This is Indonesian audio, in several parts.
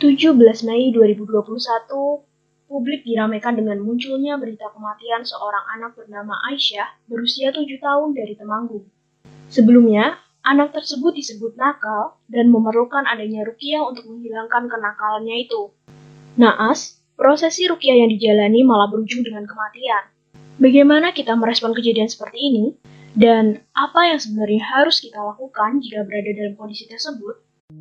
17 Mei 2021, publik diramaikan dengan munculnya berita kematian seorang anak bernama Aisyah berusia 7 tahun dari Temanggung. Sebelumnya, anak tersebut disebut nakal dan memerlukan adanya ruqyah untuk menghilangkan kenakalannya itu. Naas, prosesi ruqyah yang dijalani malah berujung dengan kematian. Bagaimana kita merespon kejadian seperti ini? Dan apa yang sebenarnya harus kita lakukan jika berada dalam kondisi tersebut?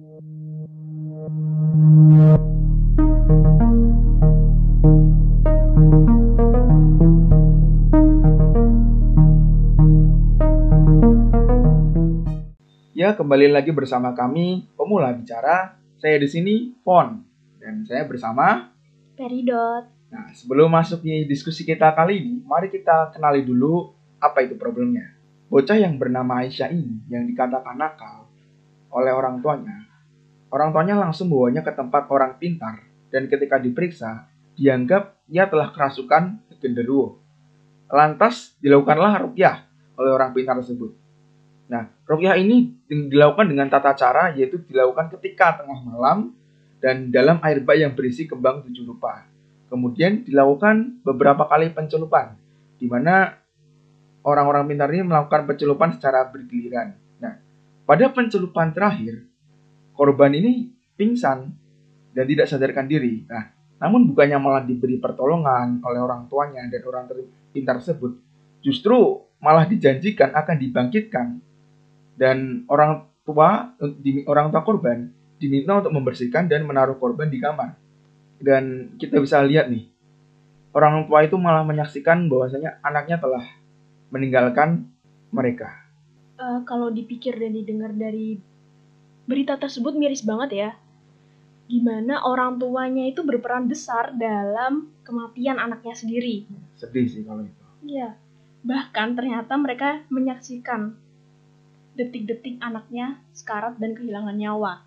Ya, kembali lagi bersama kami, Pemula Bicara. Saya di sini, Fon. Dan saya bersama Peridot. Nah, sebelum masuk di diskusi kita kali ini, mari kita kenali dulu apa itu problemnya. Bocah yang bernama Aisyah ini, yang dikatakan nakal oleh orang tuanya langsung bawanya ke tempat orang pintar. Dan ketika diperiksa, dianggap ia telah kerasukan genderuwo. Lantas, dilakukanlah ruqyah oleh orang pintar tersebut. Nah, ruqyah ini dilakukan dengan tata cara, yaitu dilakukan ketika tengah malam dan dalam air bah yang berisi kembang 7 rupa. Kemudian dilakukan beberapa kali pencelupan, di mana orang-orang pintar ini melakukan pencelupan secara bergiliran. Nah, pada pencelupan terakhir, korban ini pingsan dan tidak sadarkan diri. Nah, namun bukannya malah diberi pertolongan oleh orang tuanya dan orang pintar tersebut, justru malah dijanjikan akan dibangkitkan. Dan orang tua korban diminta untuk membersihkan dan menaruh korban di kamar. Dan kita bisa lihat nih, orang tua itu malah menyaksikan bahwasanya anaknya telah meninggalkan mereka. Kalau dipikir dan didengar dari berita tersebut miris banget ya. Gimana orang tuanya itu berperan besar dalam kematian anaknya sendiri. Sedih sih kalau itu. Iya. Bahkan ternyata mereka menyaksikan detik-detik anaknya sekarat dan kehilangan nyawa.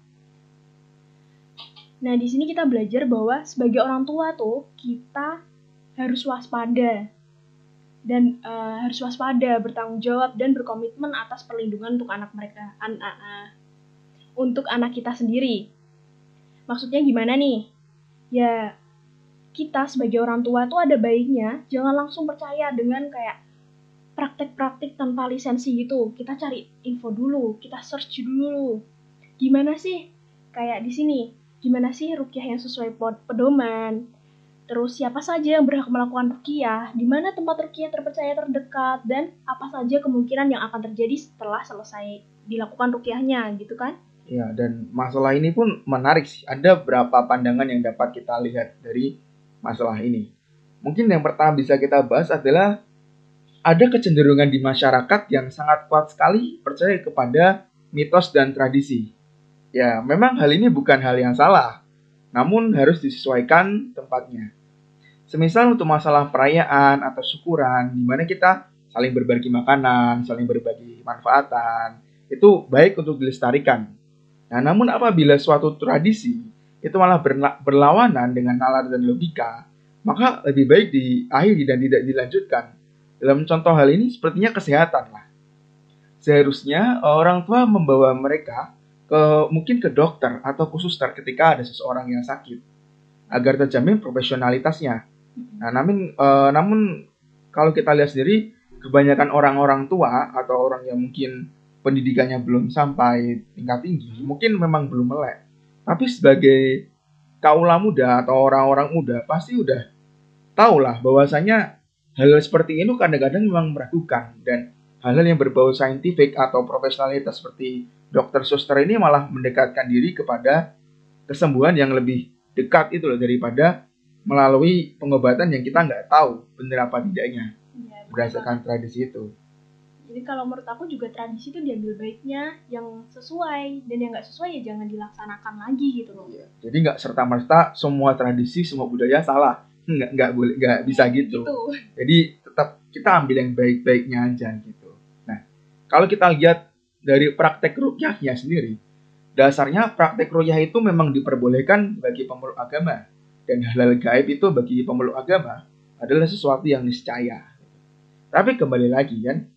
Nah, di sini kita belajar bahwa sebagai orang tua tuh kita harus waspada dan harus waspada, bertanggung jawab dan berkomitmen atas perlindungan untuk anak mereka, untuk anak kita sendiri. Maksudnya gimana nih? Ya, kita sebagai orang tua tuh ada baiknya jangan langsung percaya dengan kayak praktek-praktek tanpa lisensi gitu. Kita cari info dulu, kita search dulu. Gimana sih? Kayak di sini, gimana sih ruqyah yang sesuai pedoman? Terus siapa saja yang berhak melakukan ruqyah? Di mana tempat ruqyah terpercaya terdekat? Dan apa saja kemungkinan yang akan terjadi setelah selesai dilakukan ruqyahnya, gitu kan? Ya, dan masalah ini pun menarik sih. Ada beberapa pandangan yang dapat kita lihat dari masalah ini. Mungkin yang pertama bisa kita bahas adalah ada kecenderungan di masyarakat yang sangat kuat sekali percaya kepada mitos dan tradisi. Ya, memang hal ini bukan hal yang salah, namun harus disesuaikan tempatnya. Semisal untuk masalah perayaan atau syukuran, di mana kita saling berbagi makanan, saling berbagi manfaatan, itu baik untuk dilestarikan. Nah, namun apabila suatu tradisi itu malah berlawanan dengan nalar dan logika, maka lebih baik diakhiri dan tidak dilanjutkan. Dalam contoh hal ini sepertinya kesehatan lah. Seharusnya orang tua membawa mereka mungkin ke dokter atau ke suster ketika ada seseorang yang sakit, agar terjamin profesionalitasnya. Nah, namun kalau kita lihat sendiri, kebanyakan orang-orang tua atau orang yang mungkin pendidikannya belum sampai tingkat tinggi, mungkin memang belum melek. Tapi sebagai kaula muda atau orang-orang muda pasti udah tahulah bahwasanya hal seperti ini kadang-kadang memang meragukan, dan hal-hal yang berbau saintifik atau profesionalitas seperti dokter suster ini malah mendekatkan diri kepada kesembuhan yang lebih dekat itu loh, daripada melalui pengobatan yang kita nggak tahu benar apa tidaknya berdasarkan tradisi itu. Jadi kalau menurut aku juga tradisi itu diambil baiknya yang sesuai, dan yang nggak sesuai ya jangan dilaksanakan lagi gitu loh. Ya, jadi nggak serta-merta semua tradisi, semua budaya salah, nggak bisa gitu. Jadi tetap kita ambil yang baik-baiknya aja gitu. Nah, kalau kita lihat dari praktek ruqyahnya sendiri, dasarnya praktek ruqyah itu memang diperbolehkan bagi pemeluk agama, dan hal-hal gaib itu bagi pemeluk agama adalah sesuatu yang niscaya. Tapi kembali lagi kan,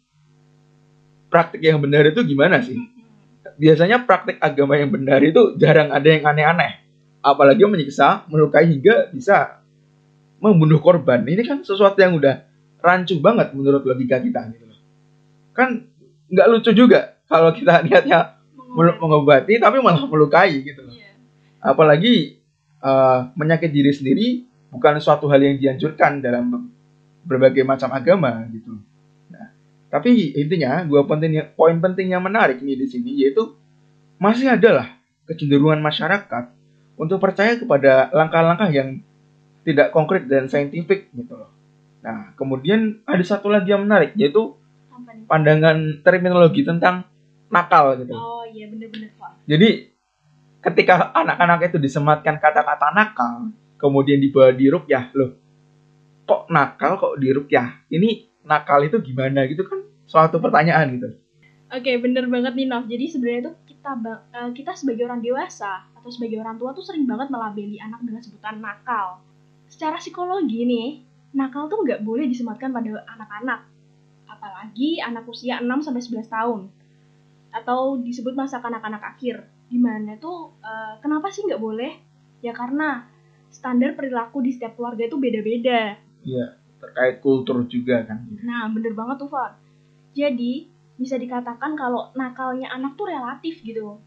praktik yang benar itu gimana sih? Biasanya praktik agama yang benar itu jarang ada yang aneh-aneh. apalagi menyiksa, melukai hingga bisa membunuh korban. Ini kan sesuatu yang udah rancu banget menurut logika kita gitu loh. Kan nggak lucu juga kalau kita lihatnya mengobati tapi malah melukai gitu loh. Apalagi menyakiti diri sendiri bukan suatu hal yang dianjurkan dalam berbagai macam agama gitu. Nah, tapi intinya poin penting yang menarik nih di sini yaitu masih adalah kecenderungan masyarakat untuk percaya kepada langkah-langkah yang tidak konkret dan saintifik gitu loh. Nah, kemudian ada satu lagi yang menarik yaitu pandangan terminologi tentang nakal gitu. Oh iya benar-benar Pak. Jadi ketika anak-anak itu disematkan kata-kata nakal, kemudian dibawa di ruqyah, loh kok nakal kok di ruqyah? Ini nakal itu gimana gitu kan? Suatu pertanyaan gitu. Oke, bener banget nih Nov. Jadi sebenarnya tuh kita sebagai orang dewasa atau sebagai orang tua tuh sering banget melabeli anak dengan sebutan nakal. Secara psikologi nih, nakal tuh nggak boleh disematkan pada anak-anak. Apalagi anak usia 6-11 tahun. Atau disebut masa kanak-kanak akhir. Dimana tuh, kenapa sih nggak boleh? Ya karena standar perilaku di setiap keluarga itu beda-beda. Iya, terkait kultur juga kan. Nah, bener banget tuh, Fon. Jadi, bisa dikatakan kalau nakalnya anak tuh relatif gitu.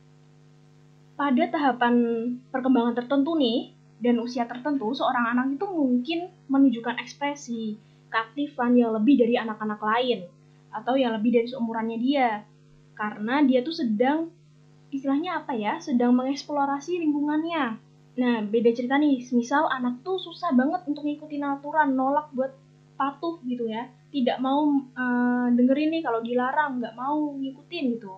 Pada tahapan perkembangan tertentu nih, dan usia tertentu, seorang anak itu mungkin menunjukkan ekspresi, keaktifan yang lebih dari anak-anak lain, atau yang lebih dari seumurannya dia. Karena dia tuh sedang, istilahnya apa ya, sedang mengeksplorasi lingkungannya. Nah, beda cerita nih, misal anak tuh susah banget untuk ngikutin aturan, nolak buat patuh gitu ya, tidak mau dengerin nih kalau dilarang, nggak mau ngikutin gitu.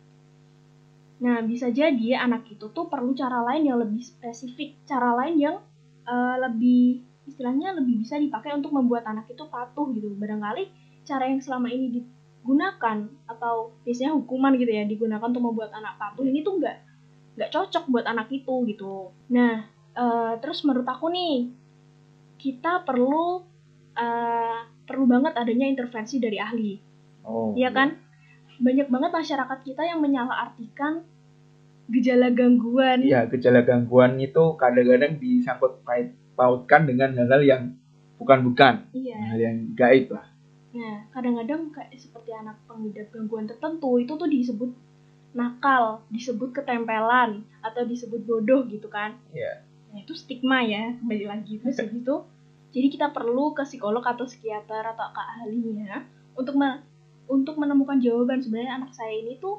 Nah, bisa jadi anak itu tuh perlu cara lain yang lebih spesifik, cara lain yang lebih, istilahnya lebih bisa dipakai untuk membuat anak itu patuh gitu. Barangkali cara yang selama ini digunakan, atau biasanya hukuman gitu ya, digunakan untuk membuat anak patuh, ini tuh nggak cocok buat anak itu gitu. Nah, terus menurut aku nih, kita perlu banget adanya intervensi dari ahli. Iya kan? Banyak banget masyarakat kita yang menyalahartikan gejala gangguan. Iya, gejala gangguan itu kadang-kadang disangkut pautkan dengan hal-hal yang bukan-bukan. Iya. Hal yang gaib lah. Nah, kadang-kadang kayak seperti anak pengidap gangguan tertentu itu tuh disebut nakal, disebut ketempelan, atau disebut bodoh gitu kan. Iya. Nah, itu stigma ya, kembali lagi. Terus gitu. Jadi kita perlu ke psikolog atau psikiater atau ke ahlinya untuk menemukan jawaban sebenarnya anak saya ini tuh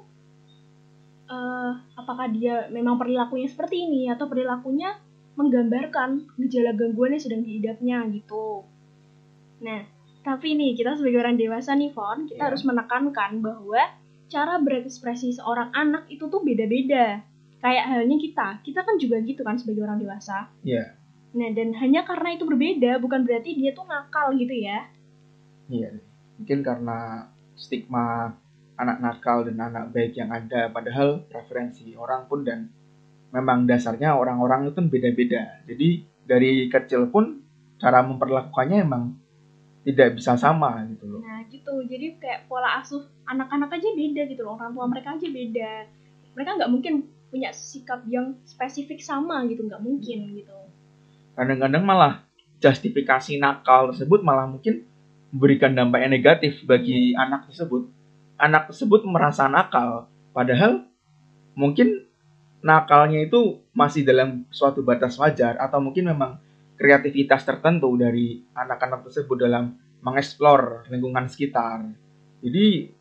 apakah dia memang perilakunya seperti ini atau perilakunya menggambarkan gejala gangguan yang sedang dihidapnya gitu. Nah, tapi nih kita sebagai orang dewasa nih Fon, kita harus menekankan bahwa cara berekspresi seorang anak itu tuh beda-beda. Kayak halnya kita kan juga gitu kan sebagai orang dewasa. Iya. Nah, dan hanya karena itu berbeda bukan berarti dia tuh nakal gitu ya. Iya, mungkin karena stigma anak nakal dan anak baik yang ada, padahal preferensi orang pun dan memang dasarnya orang-orang itu beda-beda. Jadi dari kecil pun cara memperlakukannya emang tidak bisa sama gitu loh. Nah gitu, jadi kayak pola asuh anak-anak aja beda gitu loh, orang tua mereka aja beda. Mereka nggak mungkin punya sikap yang spesifik sama gitu, nggak mungkin gitu. Kadang-kadang malah justifikasi nakal tersebut malah mungkin memberikan dampak yang negatif bagi anak tersebut. Anak tersebut merasa nakal, padahal mungkin nakalnya itu masih dalam suatu batas wajar atau mungkin memang kreativitas tertentu dari anak-anak tersebut dalam mengeksplor lingkungan sekitar. Jadi,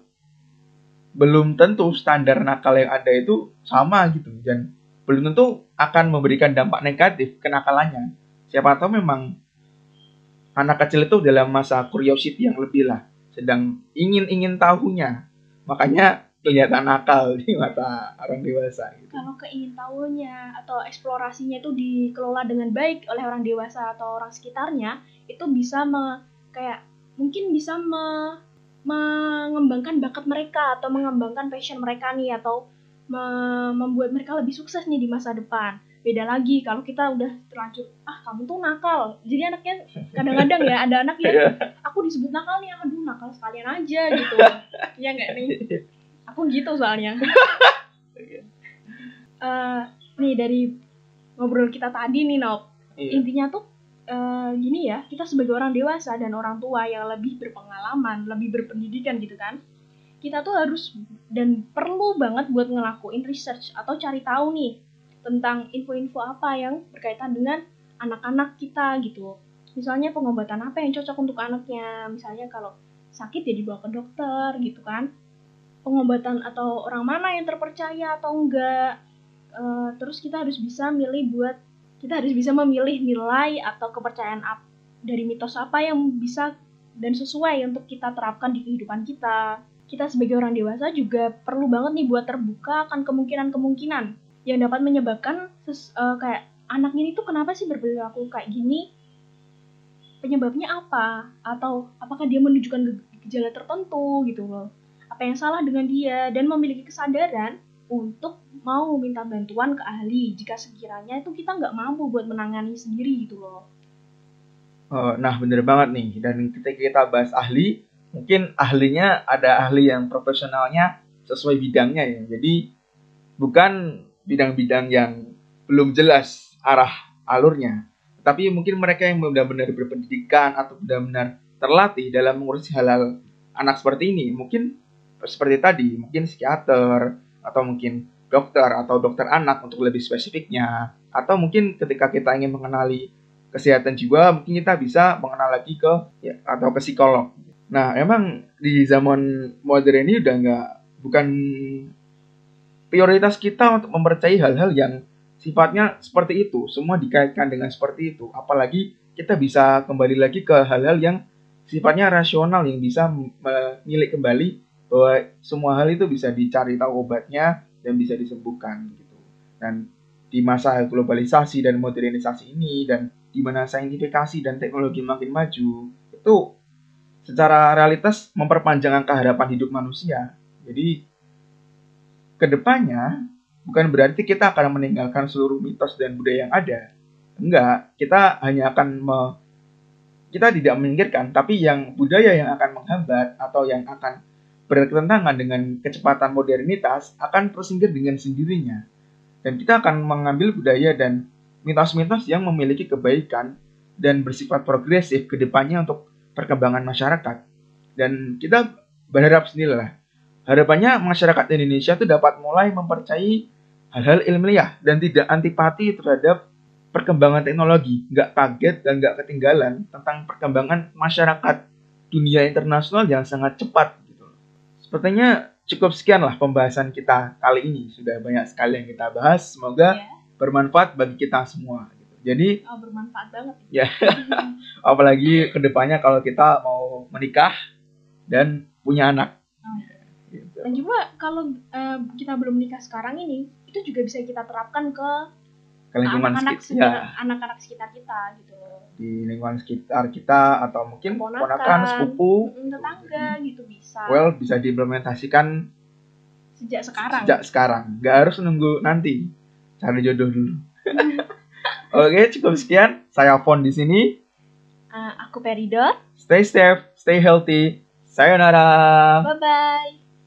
belum tentu standar nakal yang ada itu sama gitu dan belum tentu akan memberikan dampak negatif kenakalannya. Siapa tahu memang anak kecil itu dalam masa curiosity yang lebih lah, sedang ingin tahunya. Makanya kelihatan nakal di mata orang dewasa gitu. Kalau keingin tahunya atau eksplorasinya itu dikelola dengan baik oleh orang dewasa atau orang sekitarnya, itu bisa mungkin bisa mengembangkan bakat mereka atau mengembangkan passion mereka nih, atau membuat mereka lebih sukses nih di masa depan. Beda lagi kalau kita udah terlanjur, kamu tuh nakal. Jadi anaknya kadang-kadang ya ada anak yang aku disebut nakal nih, aduh nakal sekalian aja gitu. Iya nggak nih? Aku gitu soalnya. Nih dari ngobrol kita tadi nih, Nop. Iya. Intinya tuh gini ya, kita sebagai orang dewasa dan orang tua yang lebih berpengalaman, lebih berpendidikan gitu kan, kita tuh harus dan perlu banget buat ngelakuin research atau cari tahu nih tentang info-info apa yang berkaitan dengan anak-anak kita gitu. Misalnya pengobatan apa yang cocok untuk anaknya, misalnya kalau sakit ya dibawa ke dokter gitu kan, pengobatan atau orang mana yang terpercaya atau enggak. Terus kita harus bisa memilih nilai atau kepercayaan dari mitos apa yang bisa dan sesuai untuk kita terapkan di kehidupan kita. Kita sebagai orang dewasa juga perlu banget nih buat terbuka akan kemungkinan-kemungkinan yang dapat menyebabkan kayak anak ini tuh kenapa sih berperilaku kayak gini, penyebabnya apa, atau apakah dia menunjukkan gejala tertentu gitu loh, apa yang salah dengan dia, dan memiliki kesadaran untuk mau minta bantuan ke ahli jika sekiranya itu kita nggak mampu buat menangani sendiri gitu loh. Nah, bener banget nih. Dan ketika kita bahas ahli, mungkin ahlinya ada ahli yang profesionalnya sesuai bidangnya ya. Jadi bukan bidang-bidang yang belum jelas arah alurnya, tapi mungkin mereka yang benar-benar berpendidikan atau benar-benar terlatih dalam mengurus hal-hal anak seperti ini. Mungkin seperti tadi, mungkin psikiater atau mungkin dokter atau dokter anak untuk lebih spesifiknya, atau mungkin ketika kita ingin mengenali kesehatan jiwa, mungkin kita bisa mengenal lagi ke atau ke psikolog. Nah, emang di zaman modern ini bukan prioritas kita untuk mempercayai hal-hal yang sifatnya seperti itu. Semua dikaitkan dengan seperti itu. Apalagi kita bisa kembali lagi ke hal-hal yang sifatnya rasional, yang bisa menilik kembali bahwa semua hal itu bisa dicari tahu obatnya dan bisa disembuhkan gitu. Dan di masa globalisasi dan modernisasi ini, dan di mana saintifikasi dan teknologi makin maju, itu secara realitas memperpanjang angka harapan hidup manusia. Jadi kedepannya bukan berarti kita akan meninggalkan seluruh mitos dan budaya yang ada. Enggak, kita hanya akan kita tidak menyingkirkan, tapi yang budaya yang akan menghambat atau yang akan bertentangan dengan kecepatan modernitas akan tersingkir dengan sendirinya. Dan kita akan mengambil budaya dan mitos-mitos yang memiliki kebaikan dan bersifat progresif ke depannya untuk perkembangan masyarakat. Dan kita berharap sendirilah. Harapannya masyarakat Indonesia itu dapat mulai mempercayai hal-hal ilmiah dan tidak antipati terhadap perkembangan teknologi, nggak kaget dan nggak ketinggalan tentang perkembangan masyarakat dunia internasional yang sangat cepat. Sepertinya cukup sekian lah pembahasan kita kali ini. Sudah banyak sekali yang kita bahas. Semoga bermanfaat bagi kita semua. Jadi bermanfaat banget. Ya, apalagi kedepannya kalau kita mau menikah dan punya anak. Gitu. Dan juga kalau kita belum menikah sekarang ini, itu juga bisa kita terapkan ke anak-anak sekitar kita gitu loh. Di lingkungan sekitar kita atau mungkin ponakan, sepupu, tetangga gitu bisa. Bisa diimplementasikan sejak sekarang. Nggak harus nunggu nanti cari jodoh dulu. Oke, cukup sekian. Saya Fon di sini. Aku Perido. Stay safe, stay healthy. Sayonara. Bye bye.